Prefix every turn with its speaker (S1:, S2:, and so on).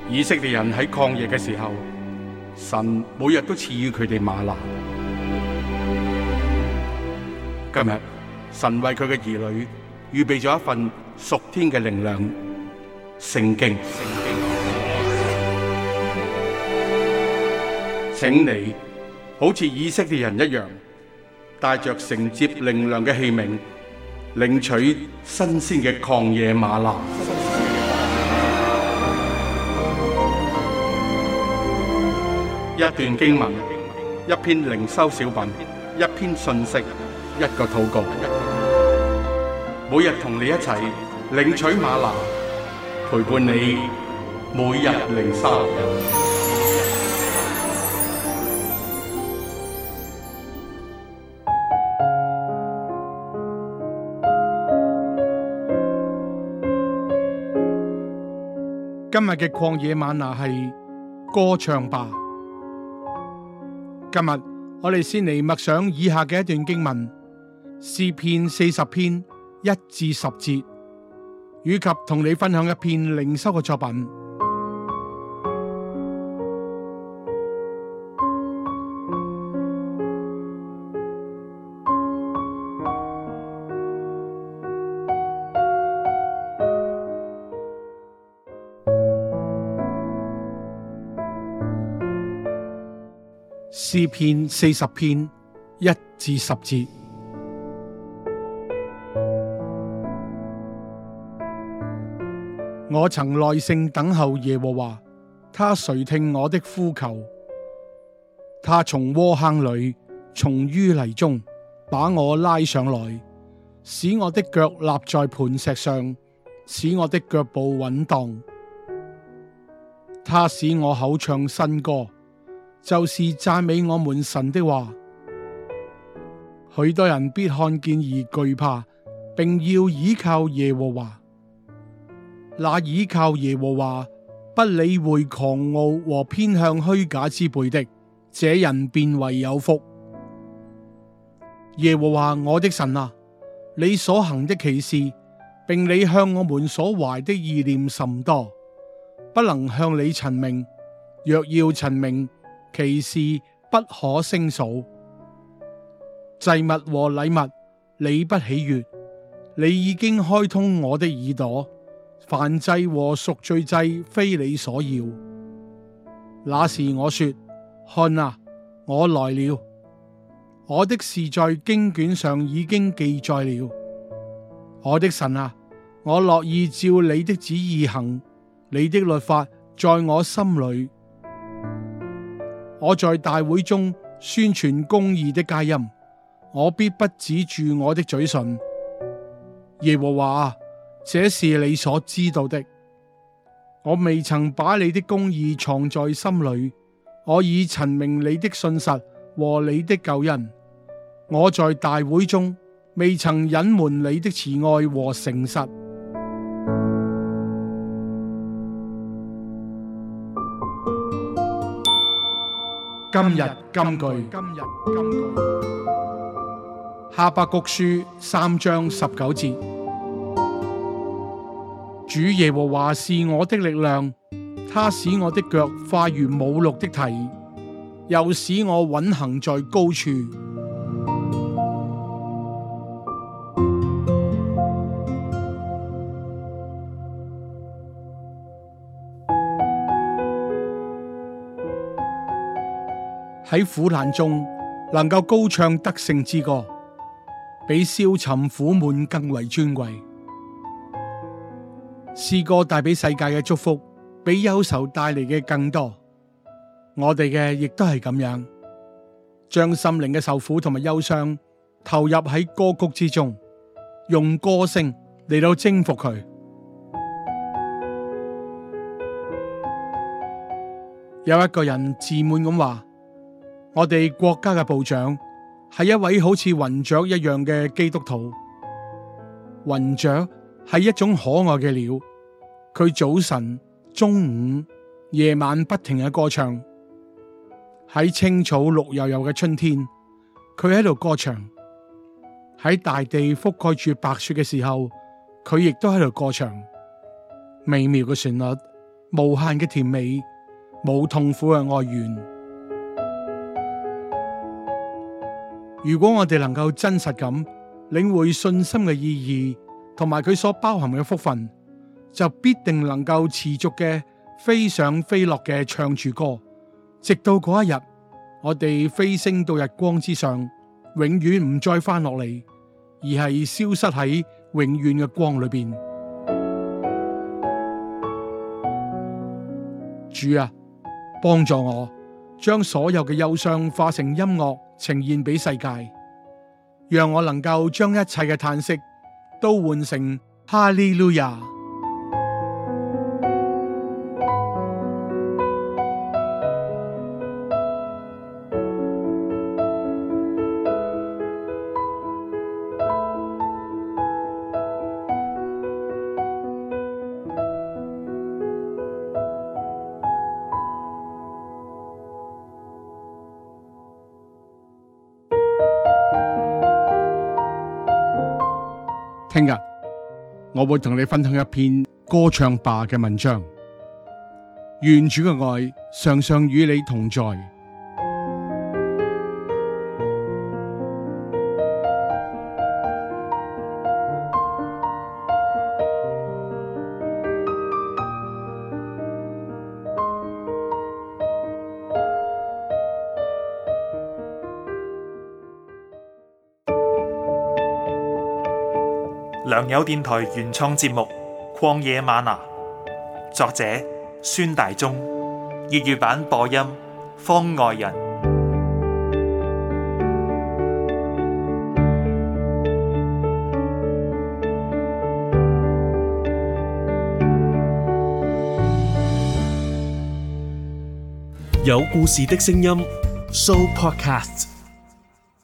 S1: 以色列人喺曠野嘅時候，神每日都賜予佢哋嗎哪。今日神為佢嘅兒女預備咗一份屬天嘅靈糧——聖經。請你好似以色列人一樣，帶着承接靈糧嘅器皿，領取新鮮嘅曠野嗎哪。一段經文，一篇靈修小品，一篇信息，一個禱告。每日同你一齊領取嗎哪，陪伴你每日靈修。
S2: 今日嘅曠野嗎哪係歌唱吧。今日我哋先嚟默想以下嘅一段經文，詩篇40篇1至10節，以及同你分享一篇靈修嘅作品。詩篇40篇1至10節，我曾耐性等候耶和華，他垂聽我的呼求。他從窩坑裏，從淤泥中把我拉上來，使我的腳立在磐石上，使我的腳步穩當。他使我口唱新歌，就是讚美我們神的話。許多人必看見而懼怕，並要倚靠耶和華。那倚靠耶和華，不理會狂傲和偏向虛假之輩的，這人便為有福。耶和華我的神啊，你所行的奇事，並你向我們所懷的意念甚多，不能向你陳明。若要陳明，其事不可勝數。祭物和禮物你不喜悅，你已經開通我的耳朵，燔祭和贖罪祭非你所要。那時我說：看啊，我來了，我的事在經卷上已經記載了。我的神啊，我樂意照你的旨意行，你的律法在我心裏。我在大會中宣傳公義的佳音，我必不止住我的嘴唇。耶和華啊，這是你所知道的。我未曾把你的公義藏在心裏，我已陳明你的信實和你的救恩。我在大會中未曾隱瞞你的慈愛和誠實。今日金句，哈巴谷書3章19節。主耶和華是我的力量，他使我的腳快如母鹿的蹄，又使我穩行在高處。喺苦難中能夠高唱得勝之歌，比消沉苦悶更為尊貴。詩歌帶俾世界嘅祝福，比憂愁帶嚟嘅更多。我哋嘅亦都係咁樣，將心靈嘅受苦同埋憂傷投入喺歌曲之中，用歌聲嚟到征服佢。有一個人自滿咁話：我哋國家嘅部長係一位好似雲雀一樣嘅基督徒。雲雀係一種可愛嘅鳥，佢早晨、中午、夜晚不停嘅歌唱。喺青草綠油油嘅春天，佢喺度歌唱；喺大地覆蓋住白雪嘅時候，佢亦都喺度歌唱。美妙嘅旋律， 無限嘅甜美，冇痛苦嘅哀怨。如果我哋能夠真實咁領會信心嘅意義同埋佢所包含嘅福分，就必定能夠持續嘅飛上飛落嘅唱住歌，直到嗰一日，我哋飛升到日光之上，永遠唔再翻落嚟，而係消失喺永遠嘅光裏邊。主啊，幫助我將所有嘅憂傷化成音樂呈現俾世界，讓我能夠將一切嘅嘆息都換成哈利路亞。聽日我會同你分享一篇歌唱吧嘅文章，願主嘅愛常常與你同在。
S3: 良友電台原創節目《曠野嗎哪》，作者孫大中，粵語版播音方外人，
S4: 有故事的聲音 Show Podcast。